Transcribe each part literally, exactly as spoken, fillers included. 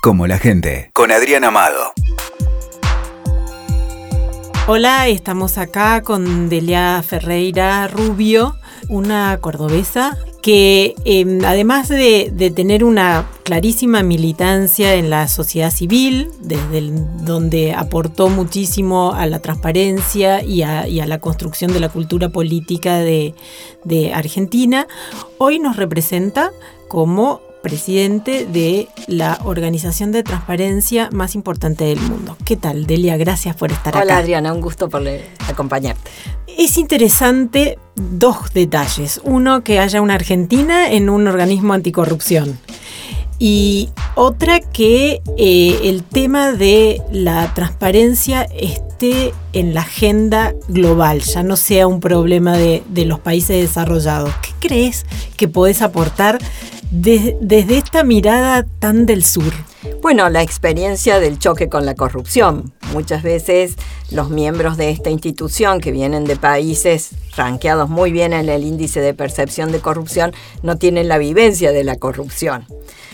como la gente, con Adrián Amado. Hola, estamos acá con Delia Ferreira Rubio, una cordobesa que eh, además de, de tener una clarísima militancia en la sociedad civil, desde el, donde aportó muchísimo a la transparencia y a, y a la construcción de la cultura política de, de Argentina, hoy nos representa como presidente de la organización de transparencia más importante del mundo. ¿Qué tal, Delia? Gracias por estar Hola, acá. Hola, Adriana, un gusto por acompañarte. Es interesante dos detalles. Uno, que haya una argentina en un organismo anticorrupción. Y otra, que eh, el tema de la transparencia esté en la agenda global, ya no sea un problema de, de los países desarrollados. ¿Qué crees que podés aportar de, desde esta mirada tan del sur? Bueno, la experiencia del choque con la corrupción. Muchas veces los miembros de esta institución que vienen de países rankeados muy bien en el índice de percepción de corrupción no tienen la vivencia de la corrupción.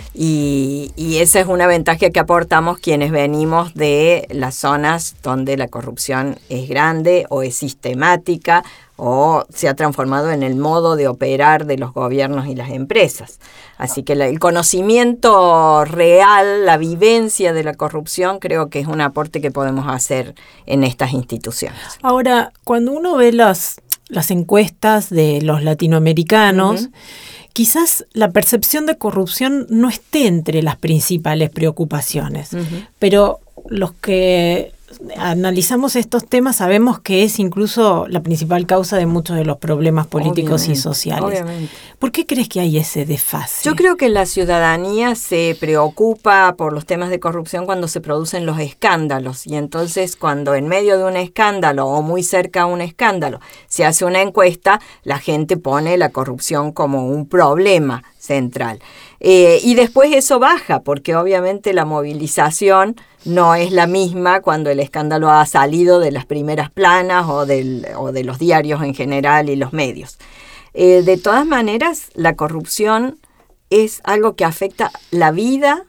Y, y esa es una ventaja que aportamos quienes venimos de las zonas donde la corrupción es grande o es sistemática o se ha transformado en el modo de operar de los gobiernos y las empresas. Así que la, el conocimiento real, la vivencia de la corrupción, creo que es un aporte que podemos hacer en estas instituciones. Ahora, cuando uno ve las, las encuestas de los latinoamericanos, uh-huh. quizás la percepción de corrupción no esté entre las principales preocupaciones, uh-huh. pero los que analizamos estos temas sabemos que es incluso la principal causa de muchos de los problemas políticos obviamente, y sociales. Obviamente. ¿Por qué crees que hay ese desfase? Yo creo que la ciudadanía se preocupa por los temas de corrupción cuando se producen los escándalos, y entonces cuando en medio de un escándalo o muy cerca a un escándalo se hace una encuesta, la gente pone la corrupción como un problema central. Eh, y después eso baja, porque obviamente la movilización no es la misma cuando el escándalo ha salido de las primeras planas o, del, o de los diarios en general y los medios. Eh, de todas maneras, la corrupción es algo que afecta la vida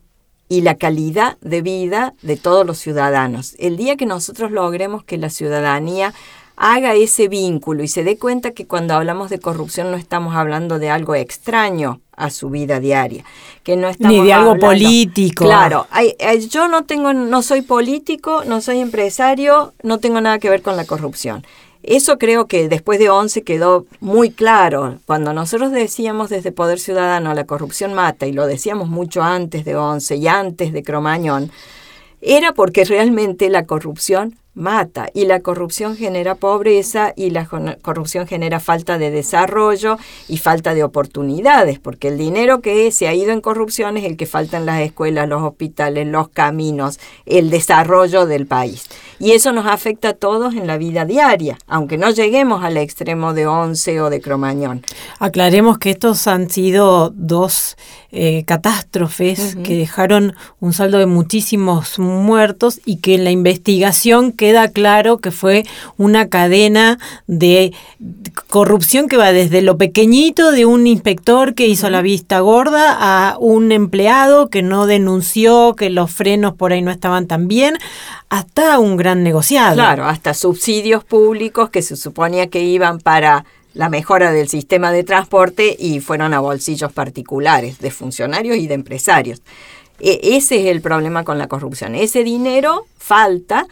y la calidad de vida de todos los ciudadanos. El día que nosotros logremos que la ciudadanía haga ese vínculo y se dé cuenta que cuando hablamos de corrupción no estamos hablando de algo extraño a su vida diaria, que no estamos ni de algo hablando, político. Claro, hay, hay, yo no tengo, no soy político, no soy empresario, no tengo nada que ver con la corrupción. Eso creo que después de once quedó muy claro. Cuando nosotros decíamos desde Poder Ciudadano la corrupción mata, y lo decíamos mucho antes de once y antes de Cromañón, era porque realmente la corrupción mata, y la corrupción genera pobreza, y la corrupción genera falta de desarrollo y falta de oportunidades, porque el dinero que se ha ido en corrupción es el que falta en las escuelas, los hospitales, los caminos, el desarrollo del país. Y eso nos afecta a todos en la vida diaria, aunque no lleguemos al extremo de once o de Cromañón. Aclaremos que estos han sido dos eh, catástrofes uh-huh. que dejaron un saldo de muchísimos muertos, y que en la investigación que queda claro que fue una cadena de corrupción que va desde lo pequeñito de un inspector que hizo la vista gorda a un empleado que no denunció que los frenos por ahí no estaban tan bien, hasta un gran negociado. Claro, hasta subsidios públicos que se suponía que iban para la mejora del sistema de transporte y fueron a bolsillos particulares de funcionarios y de empresarios. E- ese es el problema con la corrupción. Ese dinero falta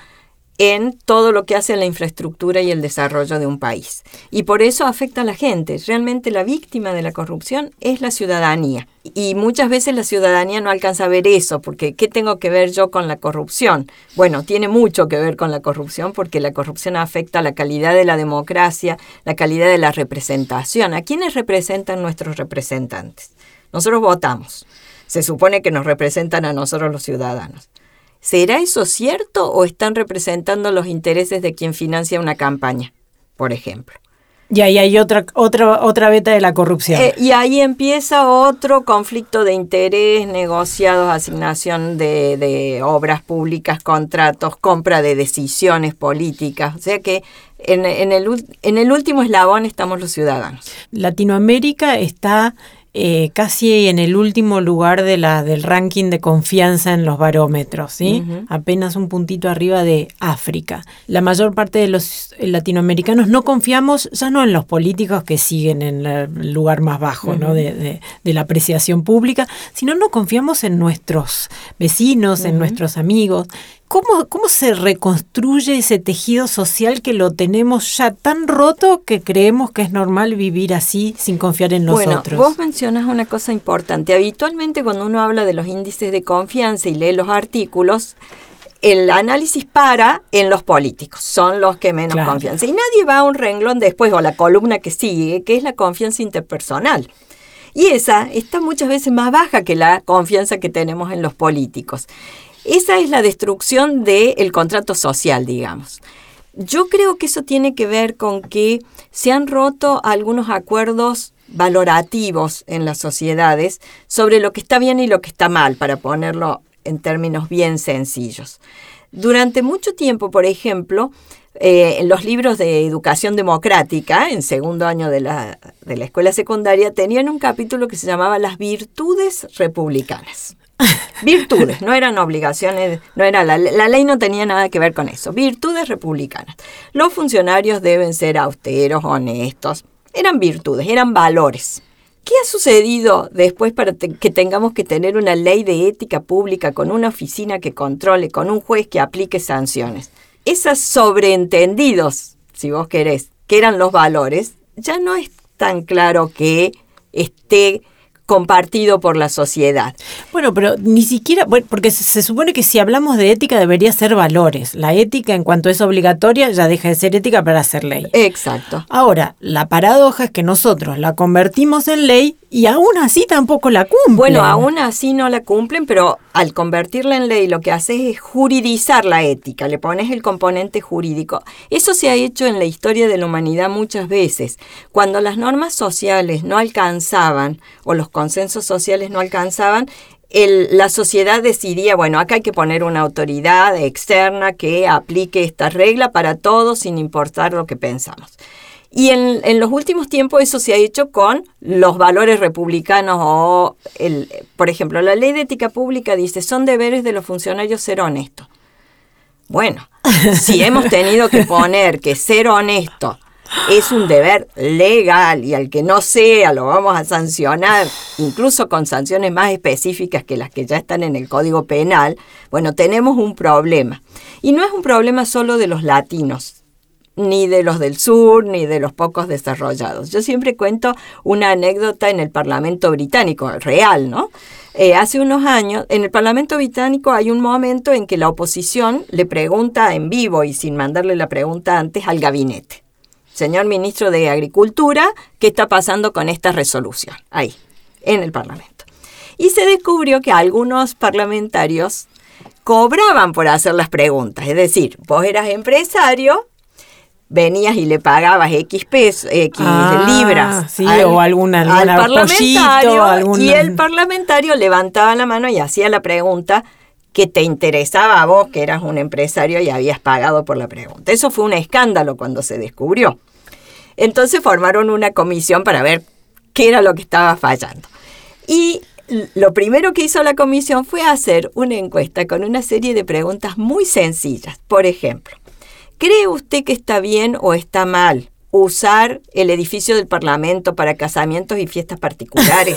en todo lo que hace la infraestructura y el desarrollo de un país. Y por eso afecta a la gente. Realmente la víctima de la corrupción es la ciudadanía. Y muchas veces la ciudadanía no alcanza a ver eso, porque ¿qué tengo que ver yo con la corrupción? Bueno, tiene mucho que ver con la corrupción, porque la corrupción afecta la calidad de la democracia, la calidad de la representación. ¿A quiénes representan nuestros representantes? Nosotros votamos. Se supone que nos representan a nosotros los ciudadanos. ¿Será eso cierto o están representando los intereses de quien financia una campaña, por ejemplo? Y ahí hay otra otra otra beta de la corrupción. Eh, y ahí empieza otro conflicto de interés, negociados, asignación de, de obras públicas, contratos, compra de decisiones políticas. O sea que en, en, el, en el último eslabón estamos los ciudadanos. Latinoamérica está eh, casi en el último lugar de la, del ranking de confianza en los barómetros, ¿sí? Uh-huh. Apenas un puntito arriba de África. La mayor parte de los latinoamericanos no confiamos, ya no en los políticos que siguen en el lugar más bajo, uh-huh. ¿no? de, de, de la apreciación pública, sino no confiamos en nuestros vecinos, uh-huh. en nuestros amigos. ¿Cómo, ¿Cómo se reconstruye ese tejido social que lo tenemos ya tan roto que creemos que es normal vivir así sin confiar en los bueno, otros? Vos mencionas una cosa importante. Habitualmente cuando uno habla de los índices de confianza y lee los artículos, el análisis para en los políticos, son los que menos claro. confianza. Y nadie va a un renglón después o la columna que sigue, que es la confianza interpersonal. Y esa está muchas veces más baja que la confianza que tenemos en los políticos. Esa es la destrucción del contrato social, digamos. Yo creo que eso tiene que ver con que se han roto algunos acuerdos valorativos en las sociedades sobre lo que está bien y lo que está mal, para ponerlo en términos bien sencillos. Durante mucho tiempo, por ejemplo, eh, en los libros de educación democrática, en segundo año de la, de la escuela secundaria, tenían un capítulo que se llamaba Las virtudes republicanas. Virtudes, no eran obligaciones, no era la, la ley no tenía nada que ver con eso. Virtudes republicanas. Los funcionarios deben ser austeros, honestos. Eran virtudes, eran valores. ¿Qué ha sucedido después para te, que tengamos que tener una ley de ética pública con una oficina que controle, con un juez que aplique sanciones? Esos sobreentendidos, si vos querés, que eran los valores, ya no es tan claro que esté compartido por la sociedad. Bueno, pero ni siquiera, bueno, porque se, se supone que si hablamos de ética debería ser valores. La ética, en cuanto es obligatoria, ya deja de ser ética para ser ley. Exacto. Ahora, la paradoja es que nosotros la convertimos en ley y aún así tampoco la cumplen. Bueno, aún así no la cumplen, pero al convertirla en ley lo que haces es juridizar la ética, le pones el componente jurídico. Eso se ha hecho en la historia de la humanidad muchas veces. Cuando las normas sociales no alcanzaban, o los consensos sociales no alcanzaban, el, la sociedad decidía, bueno, acá hay que poner una autoridad externa que aplique esta regla para todos sin importar lo que pensamos. Y en, en los últimos tiempos eso se ha hecho con los valores republicanos o, el, por ejemplo, la ley de ética pública dice, son deberes de los funcionarios ser honestos. Bueno, si hemos tenido que poner que ser honesto es un deber legal y al que no sea lo vamos a sancionar, incluso con sanciones más específicas que las que ya están en el Código Penal, bueno, tenemos un problema. Y no es un problema solo de los latinos, ni de los del sur, ni de los pocos desarrollados. Yo siempre cuento una anécdota en el Parlamento británico, real, ¿no? Eh, hace unos años, en el Parlamento británico hay un momento en que la oposición le pregunta en vivo y sin mandarle la pregunta antes al gabinete. Señor ministro de Agricultura, ¿qué está pasando con esta resolución? Ahí, en el Parlamento. Y se descubrió que algunos parlamentarios cobraban por hacer las preguntas. Es decir, vos eras empresario, venías y le pagabas X pesos, X ah, libras sí, al, o alguna, alguna al parlamentario pollito, alguna... y el parlamentario levantaba la mano y hacía la pregunta que te interesaba a vos, que eras un empresario y habías pagado por la pregunta. Eso fue un escándalo cuando se descubrió. Entonces formaron una comisión para ver qué era lo que estaba fallando. Y lo primero que hizo la comisión fue hacer una encuesta con una serie de preguntas muy sencillas. Por ejemplo, ¿cree usted que está bien o está mal usar el edificio del Parlamento para casamientos y fiestas particulares?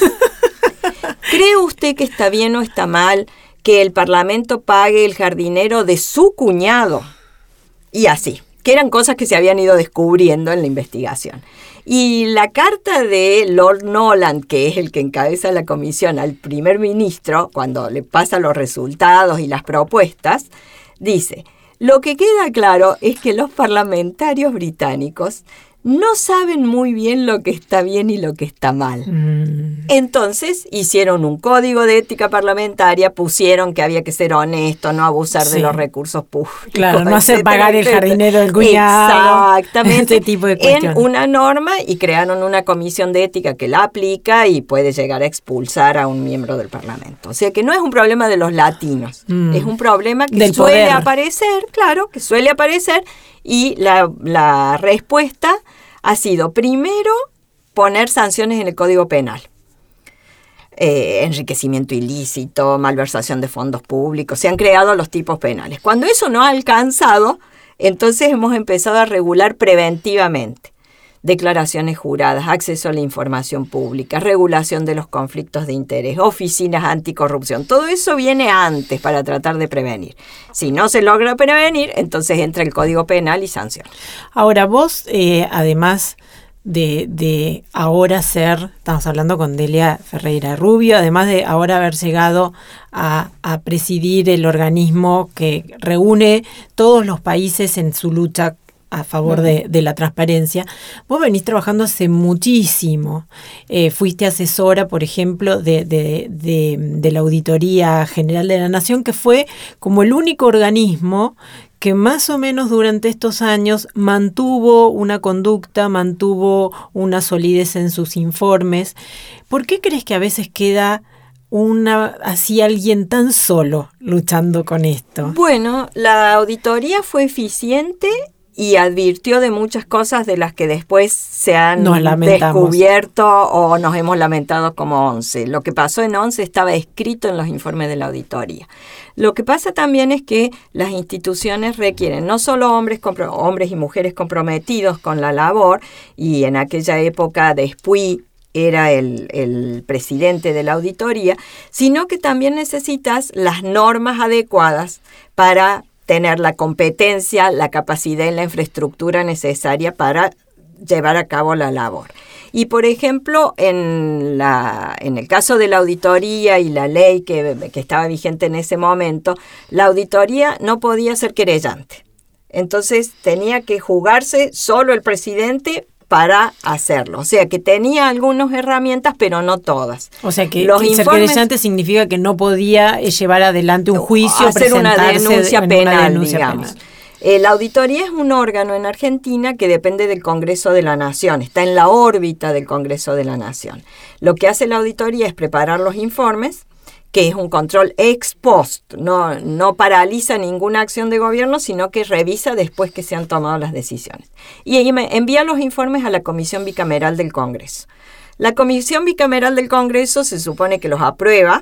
¿Cree usted que está bien o está mal que el Parlamento pague el jardinero de su cuñado? Y así, que eran cosas que se habían ido descubriendo en la investigación. Y la carta de Lord Nolan, que es el que encabeza la comisión, al primer ministro, cuando le pasa los resultados y las propuestas, dice: lo que queda claro es que los parlamentarios británicos no saben muy bien lo que está bien y lo que está mal. Mm. Entonces hicieron un código de ética parlamentaria, pusieron que había que ser honesto, no abusar sí. de los recursos públicos. Claro, no hacer pagar el jardinero del cuñado. Exactamente. Ese tipo de cuestiones. En una norma, y crearon una comisión de ética que la aplica y puede llegar a expulsar a un miembro del Parlamento. O sea que no es un problema de los latinos, mm. es un problema que del suele poder. aparecer, claro, que suele aparecer, y la, la respuesta ha sido, primero, poner sanciones en el Código Penal. eh, enriquecimiento ilícito, malversación de fondos públicos. Se han creado los tipos penales. Cuando eso no ha alcanzado, entonces hemos empezado a regular preventivamente. Declaraciones juradas, acceso a la información pública, regulación de los conflictos de interés, oficinas anticorrupción. Todo eso viene antes para tratar de prevenir. Si no se logra prevenir, entonces entra el Código Penal y sanciona. Ahora vos, eh, además de, de ahora ser, estamos hablando con Delia Ferreira Rubio, además de ahora haber llegado a, a presidir el organismo que reúne todos los países en su lucha a favor de, de la transparencia, vos venís trabajando hace muchísimo. Eh, fuiste asesora, por ejemplo, de, de, de, de la Auditoría General de la Nación, que fue como el único organismo que más o menos durante estos años mantuvo una conducta, mantuvo una solidez en sus informes. ¿Por qué crees que a veces queda una así alguien tan solo luchando con esto? Bueno, la auditoría fue eficiente y advirtió de muchas cosas de las que después se han descubierto o nos hemos lamentado como ONCE. Lo que pasó en ONCE estaba escrito en los informes de la auditoría. Lo que pasa también es que las instituciones requieren no solo hombres, compro- hombres y mujeres comprometidos con la labor, y en aquella época Despuy era el, el presidente de la auditoría, sino que también necesitas las normas adecuadas para tener la competencia, la capacidad y la infraestructura necesaria para llevar a cabo la labor. Y, por ejemplo, en, la, en el caso de la auditoría y la ley que, que estaba vigente en ese momento, la auditoría no podía ser querellante. Entonces, tenía que jugarse solo el presidente para hacerlo. O sea, que tenía algunas herramientas, pero no todas. O sea, que, Los que ser informes, querellante significa que no podía llevar adelante un juicio, hacer una denuncia en penal, una denuncia digamos. penal. Eh, la auditoría es un órgano en Argentina que depende del Congreso de la Nación, está en la órbita del Congreso de la Nación. Lo que hace la auditoría es preparar los informes, que es un control ex post, no, no paraliza ninguna acción de gobierno, sino que revisa después que se han tomado las decisiones. Y envía los informes a la Comisión Bicameral del Congreso. La Comisión Bicameral del Congreso se supone que los aprueba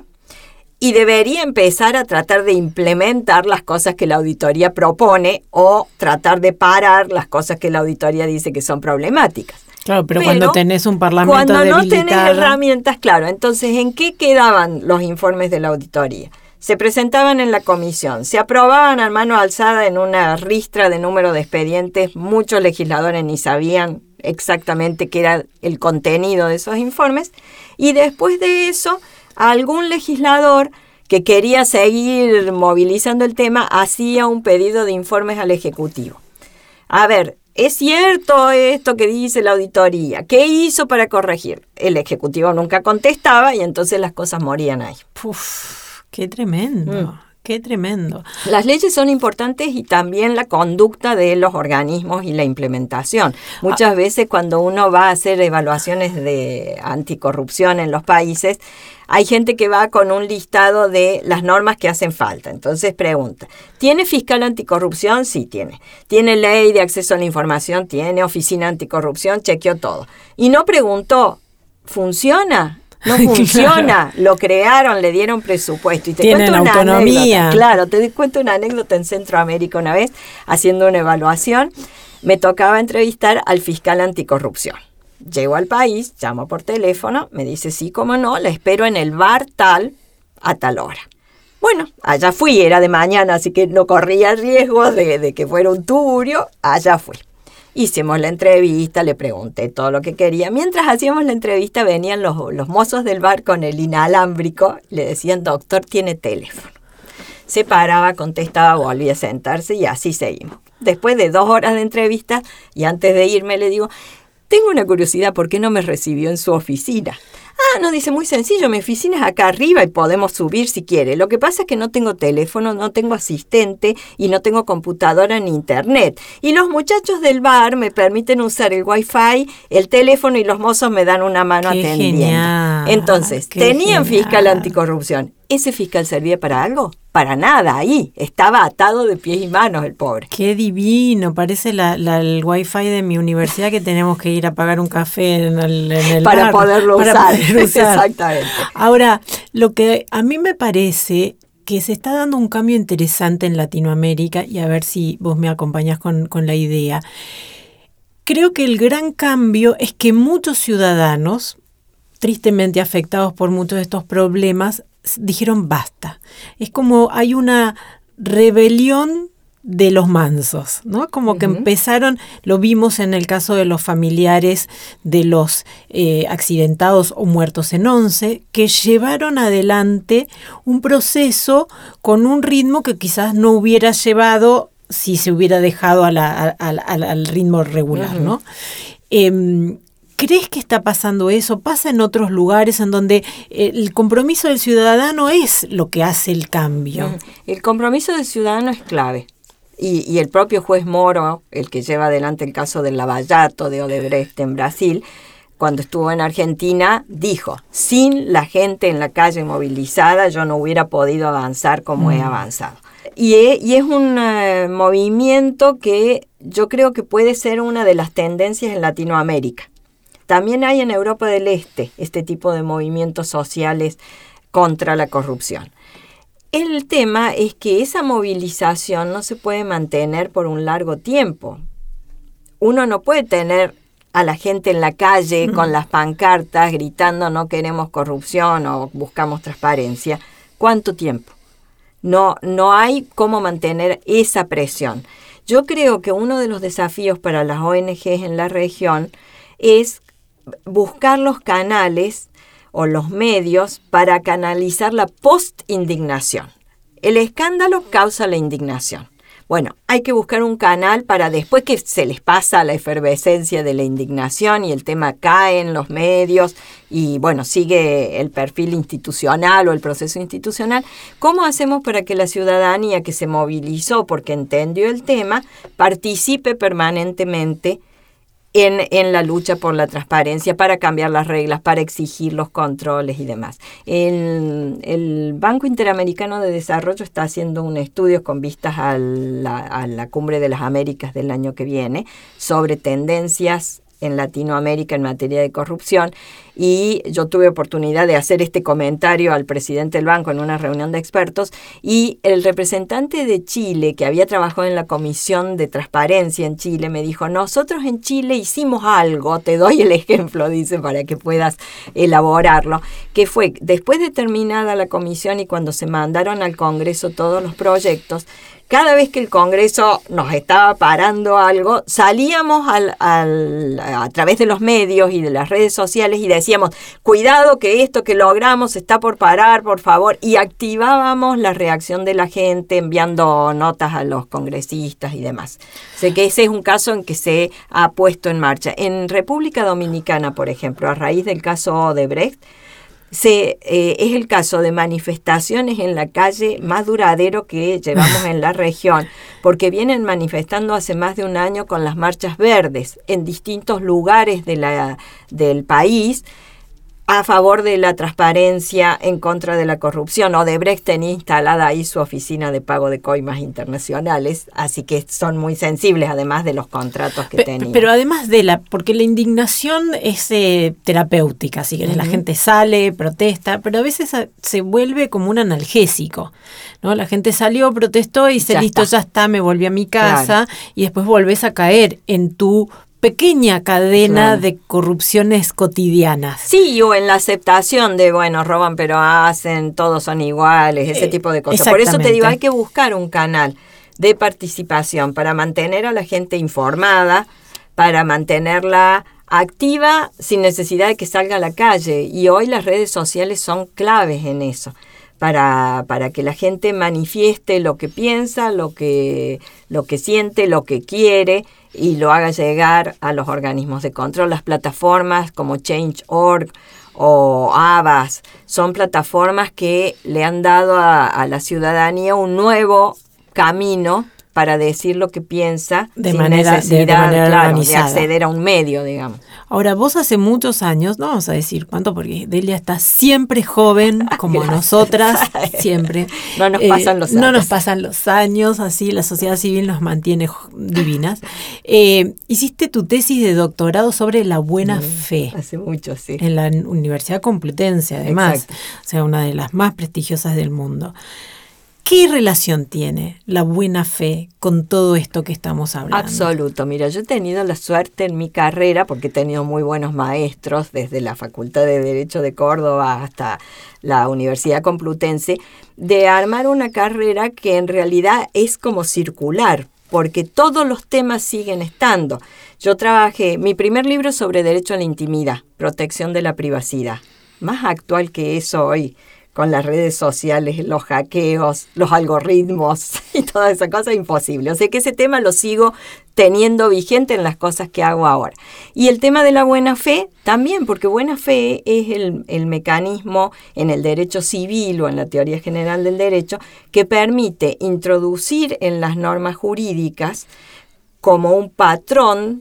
y debería empezar a tratar de implementar las cosas que la auditoría propone o tratar de parar las cosas que la auditoría dice que son problemáticas. Claro, pero, pero cuando tenés un parlamento cuando debilitado, no tenés herramientas, claro. Entonces, ¿en qué quedaban los informes de la auditoría? Se presentaban en la comisión, se aprobaban a mano alzada en una ristra de número de expedientes. Muchos legisladores ni sabían exactamente qué era el contenido de esos informes. Y después de eso, algún legislador que quería seguir movilizando el tema hacía un pedido de informes al Ejecutivo. A ver, ¿es cierto esto que dice la auditoría? ¿Qué hizo para corregir? El Ejecutivo nunca contestaba y entonces las cosas morían ahí. Uf, qué tremendo, mm. qué tremendo. Las leyes son importantes y también la conducta de los organismos y la implementación. Muchas ah. veces cuando uno va a hacer evaluaciones de anticorrupción en los países, hay gente que va con un listado de las normas que hacen falta. Entonces pregunta, ¿tiene fiscal anticorrupción? Sí, tiene. ¿Tiene ley de acceso a la información? Tiene. ¿Oficina anticorrupción? Chequeó todo. Y no preguntó, ¿funciona? No funciona. Claro. Lo crearon, le dieron presupuesto. Y te Tienen cuento una autonomía. Anécdota. Claro, te cuento una anécdota en Centroamérica una vez, haciendo una evaluación. Me tocaba entrevistar al fiscal anticorrupción. Llego al país, llamo por teléfono, me dice sí, cómo no, la espero en el bar tal a tal hora. Bueno, allá fui, era de mañana, así que no corría riesgo de, de que fuera un tugurio, allá fui. Hicimos la entrevista, le pregunté todo lo que quería. Mientras hacíamos la entrevista venían los, los mozos del bar con el inalámbrico, le decían, doctor, tiene teléfono. Se paraba, contestaba, volvía a sentarse y así seguimos. Después de dos horas de entrevista y antes de irme le digo, tengo una curiosidad, ¿por qué no me recibió en su oficina? Ah, no, dice, muy sencillo, mi oficina es acá arriba y podemos subir si quiere. Lo que pasa es que no tengo teléfono, no tengo asistente y no tengo computadora ni internet. Y los muchachos del bar me permiten usar el wifi, el teléfono y los mozos me dan una mano qué atendiendo. Genial, Entonces, tenían genial. Fiscal anticorrupción. ¿Ese fiscal servía para algo? Para nada, ahí. Estaba atado de pies y manos el pobre. Qué divino, parece la, la, el wifi de mi universidad que tenemos que ir a pagar un café en el, en el para bar, poderlo para usar. Poder querer usar. Exactamente. Ahora, lo que a mí me parece que se está dando un cambio interesante en Latinoamérica, y a ver si vos me acompañás con, con la idea. Creo que el gran cambio es que muchos ciudadanos, tristemente afectados por muchos de estos problemas, dijeron basta. Es como hay una rebelión de los mansos, ¿no? Como uh-huh. que empezaron, lo vimos en el caso de los familiares de los eh, accidentados o muertos en once, que llevaron adelante un proceso con un ritmo que quizás no hubiera llevado si se hubiera dejado a la, a, a, al ritmo regular, uh-huh. ¿no? Eh, ¿Crees que está pasando eso? ¿Pasa en otros lugares en donde el compromiso del ciudadano es lo que hace el cambio? Uh-huh. El compromiso del ciudadano es clave. Y, y el propio juez Moro, el que lleva adelante el caso del Lavallato de Odebrecht en Brasil, cuando estuvo en Argentina, dijo, sin la gente en la calle movilizada yo no hubiera podido avanzar como mm. he avanzado. Y, he, y es un uh, movimiento que yo creo que puede ser una de las tendencias en Latinoamérica. También hay en Europa del Este este tipo de movimientos sociales contra la corrupción. El tema es que esa movilización no se puede mantener por un largo tiempo. Uno no puede tener a la gente en la calle con las pancartas gritando no queremos corrupción o buscamos transparencia. ¿Cuánto tiempo? No, no hay cómo mantener esa presión. Yo creo que uno de los desafíos para las O N Ges en la región es buscar los canales o los medios para canalizar la post-indignación. El escándalo causa la indignación. Bueno, hay que buscar un canal para después que se les pasa la efervescencia de la indignación y el tema cae en los medios y bueno, sigue el perfil institucional o el proceso institucional. ¿Cómo hacemos para que la ciudadanía que se movilizó porque entendió el tema participe permanentemente En, en la lucha por la transparencia, para cambiar las reglas, para exigir los controles y demás? El, el Banco Interamericano de Desarrollo está haciendo un estudio con vistas a la, a la Cumbre de las Américas del año que viene sobre tendencias en Latinoamérica en materia de corrupción, y yo tuve oportunidad de hacer este comentario al presidente del banco en una reunión de expertos, y el representante de Chile, que había trabajado en la Comisión de Transparencia en Chile, me dijo, nosotros en Chile hicimos algo, te doy el ejemplo, dice, para que puedas elaborarlo, que fue, después de terminada la comisión y cuando se mandaron al Congreso todos los proyectos, cada vez que el Congreso nos estaba parando algo, salíamos al, al, a través de los medios y de las redes sociales y decíamos, cuidado que esto que logramos está por parar, por favor, y activábamos la reacción de la gente enviando notas a los congresistas y demás. Sé que ese es un caso en que se ha puesto en marcha. En República Dominicana, por ejemplo, a raíz del caso Odebrecht, Se, eh, es el caso de manifestaciones en la calle más duradero que llevamos en la región, porque vienen manifestando hace más de un año con las marchas verdes en distintos lugares de la, del país, a favor de la transparencia, en contra de la corrupción. Odebrecht tenía instalada ahí su oficina de pago de coimas internacionales, así que son muy sensibles además de los contratos que Pe- tenían. Pero además de la, porque la indignación es eh, terapéutica, así que uh-huh. la gente sale, protesta, pero a veces a, se vuelve como un analgésico, ¿no? La gente salió, protestó y dice, ya listo, está. ya está, me volví a mi casa, Claro. y después volvés a caer en tu pequeña cadena claro. de corrupciones cotidianas. Sí, o en la aceptación de, bueno, roban pero hacen, todos son iguales, ese eh, tipo de cosas. Por eso te digo, hay que buscar un canal de participación para mantener a la gente informada, para mantenerla activa sin necesidad de que salga a la calle. Y hoy las redes sociales son claves en eso. Para, para que la gente manifieste lo que piensa, lo que, lo que siente, lo que quiere y lo haga llegar a los organismos de control. Las plataformas como change punto org o Havas son plataformas que le han dado a, a la ciudadanía un nuevo camino para decir lo que piensa de sin manera, necesidad de, de manera claro, organizada. de acceder a un medio, digamos. Ahora, vos hace muchos años, no vamos a decir cuánto, porque Delia está siempre joven, como Gracias. nosotras, siempre. No nos pasan los años. No nos pasan los años, así la sociedad civil nos mantiene divinas. Eh, hiciste tu tesis de doctorado sobre la buena sí, fe. Hace mucho, sí. En la Universidad Complutense, además. Exacto. O sea, una de las más prestigiosas del mundo. ¿Qué relación tiene la buena fe con todo esto que estamos hablando? Absoluto. Mira, yo he tenido la suerte en mi carrera, porque he tenido muy buenos maestros, desde la Facultad de Derecho de Córdoba hasta la Universidad Complutense, de armar una carrera que en realidad es como circular, porque todos los temas siguen estando. Yo trabajé, mi primer libro es sobre derecho a la intimidad, protección de la privacidad. Más actual que eso hoy, con las redes sociales, los hackeos, los algoritmos y toda esa cosa, imposible. O sea que ese tema lo sigo teniendo vigente en las cosas que hago ahora. Y el tema de la buena fe también, porque buena fe es el, el mecanismo en el derecho civil o en la teoría general del derecho que permite introducir en las normas jurídicas como un patrón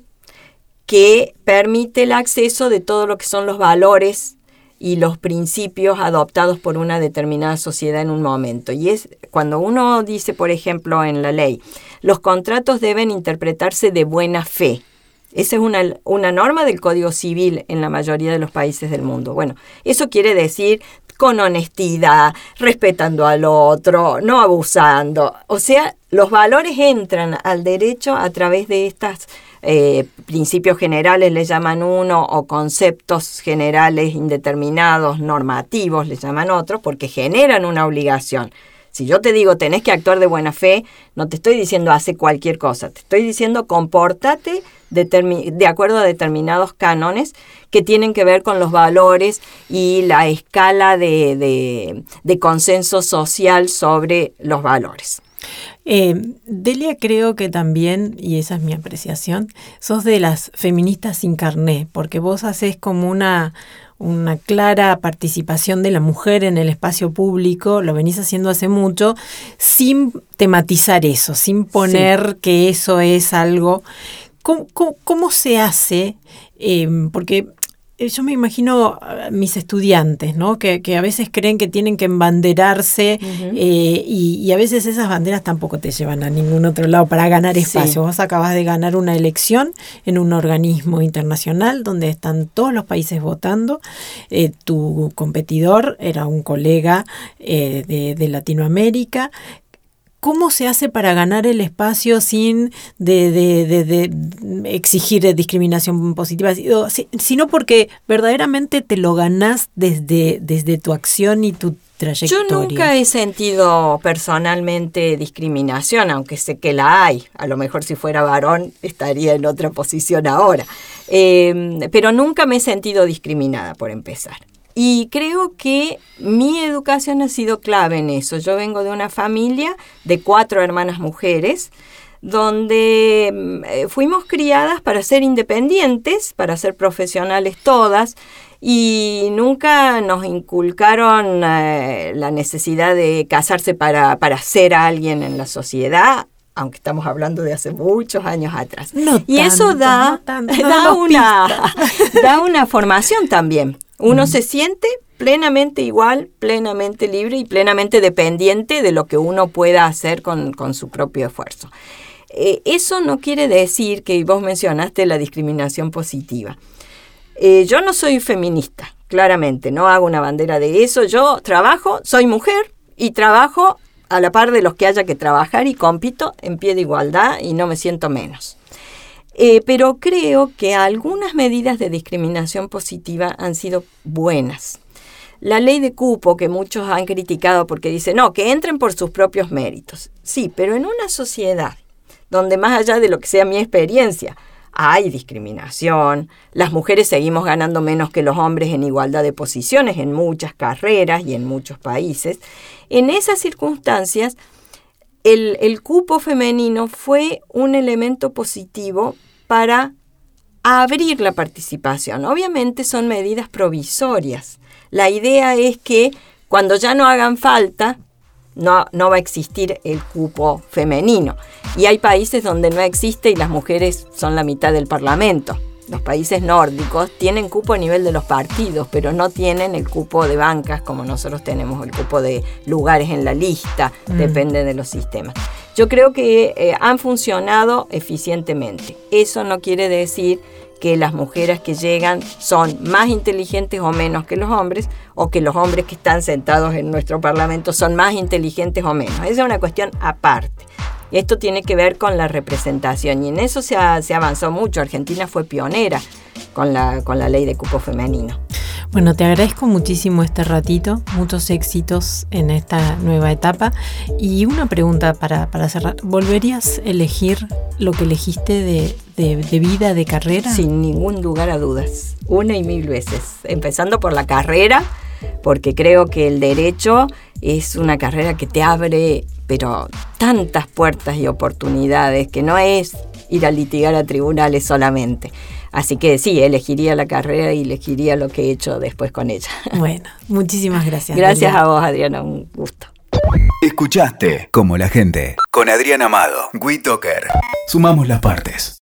que permite el acceso de todo lo que son los valores y los principios adoptados por una determinada sociedad en un momento. Y es cuando uno dice, por ejemplo, en la ley, los contratos deben interpretarse de buena fe. Esa es una, una norma del Código Civil en la mayoría de los países del mundo. Bueno, eso quiere decir con honestidad, respetando al otro, no abusando. O sea, los valores entran al derecho a través de estas Eh, principios generales le llaman uno, o conceptos generales indeterminados, normativos le llaman otros, porque generan una obligación. Si yo te digo tenés que actuar de buena fe, no te estoy diciendo hace cualquier cosa, te estoy diciendo compórtate determi- de acuerdo a determinados cánones que tienen que ver con los valores y la escala de, de, de consenso social sobre los valores. Eh, Delia, creo que también, y esa es mi apreciación, sos de las feministas sin carné, porque vos hacés como una, una clara participación de la mujer en el espacio público, lo venís haciendo hace mucho, sin tematizar eso, sin poner sí. que eso es algo. ¿Cómo, cómo, cómo se hace? Eh, porque yo me imagino a mis estudiantes, ¿no? Que, que a veces creen que tienen que embanderarse uh-huh. eh, y, y a veces esas banderas tampoco te llevan a ningún otro lado para ganar espacio. Sí. Vos acabás de ganar una elección en un organismo internacional donde están todos los países votando. Eh, tu competidor era un colega eh, de, de Latinoamérica. ¿Cómo se hace para ganar el espacio sin de, de, de, de exigir discriminación positiva, sino porque verdaderamente te lo ganás desde, desde tu acción y tu trayectoria? Yo nunca he sentido personalmente discriminación, aunque sé que la hay. A lo mejor si fuera varón estaría en otra posición ahora. Eh, pero nunca me he sentido discriminada, por empezar. Y creo que mi educación ha sido clave en eso. Yo vengo de una familia de cuatro hermanas mujeres, donde eh, fuimos criadas para ser independientes, para ser profesionales todas, y nunca nos inculcaron eh, la necesidad de casarse para, para ser alguien en la sociedad, aunque estamos hablando de hace muchos años atrás. No y tanto, eso da, no tanto, da, no una, da una formación también. Uno mm. se siente plenamente igual, plenamente libre y plenamente dependiente de lo que uno pueda hacer con, con su propio esfuerzo. Eh, eso no quiere decir que vos mencionaste la discriminación positiva. Eh, yo no soy feminista, claramente, no hago una bandera de eso. Yo trabajo, soy mujer y trabajo a la par de los que haya que trabajar y compito en pie de igualdad y no me siento menos. Eh, pero creo que algunas medidas de discriminación positiva han sido buenas. La ley de cupo, que muchos han criticado porque dicen, no, que entren por sus propios méritos. Sí, pero en una sociedad donde más allá de lo que sea mi experiencia, hay discriminación, las mujeres seguimos ganando menos que los hombres en igualdad de posiciones en muchas carreras y en muchos países, en esas circunstancias, El, el cupo femenino fue un elemento positivo para abrir la participación. Obviamente son medidas provisorias. La idea es que cuando ya no hagan falta, no, no va a existir el cupo femenino. Y hay países donde no existe y las mujeres son la mitad del parlamento. los países nórdicos tienen cupo a nivel de los partidos, pero no tienen el cupo de bancas como nosotros tenemos, el cupo de lugares en la lista, mm. depende de los sistemas. Yo creo que eh, han funcionado eficientemente. Eso no quiere decir que las mujeres que llegan son más inteligentes o menos que los hombres, o que los hombres que están sentados en nuestro Parlamento son más inteligentes o menos. Esa es una cuestión aparte. Esto tiene que ver con la representación y en eso se, ha, se avanzó mucho. Argentina fue pionera con la, con la ley de cupo femenino. Bueno, te agradezco muchísimo este ratito, muchos éxitos en esta nueva etapa. Y una pregunta para, para cerrar, ¿volverías a elegir lo que elegiste de, de, de vida, de carrera? Sin ningún lugar a dudas, una y mil veces, empezando por la carrera, porque creo que el derecho es una carrera que te abre, pero tantas puertas y oportunidades, que no es ir a litigar a tribunales solamente. Así que sí, elegiría la carrera y elegiría lo que he hecho después con ella. Bueno, muchísimas gracias. Gracias Adriana. A vos, Adriana, un gusto. Escuchaste Como la Gente con Adriana Amado, WeToker. Sumamos las partes.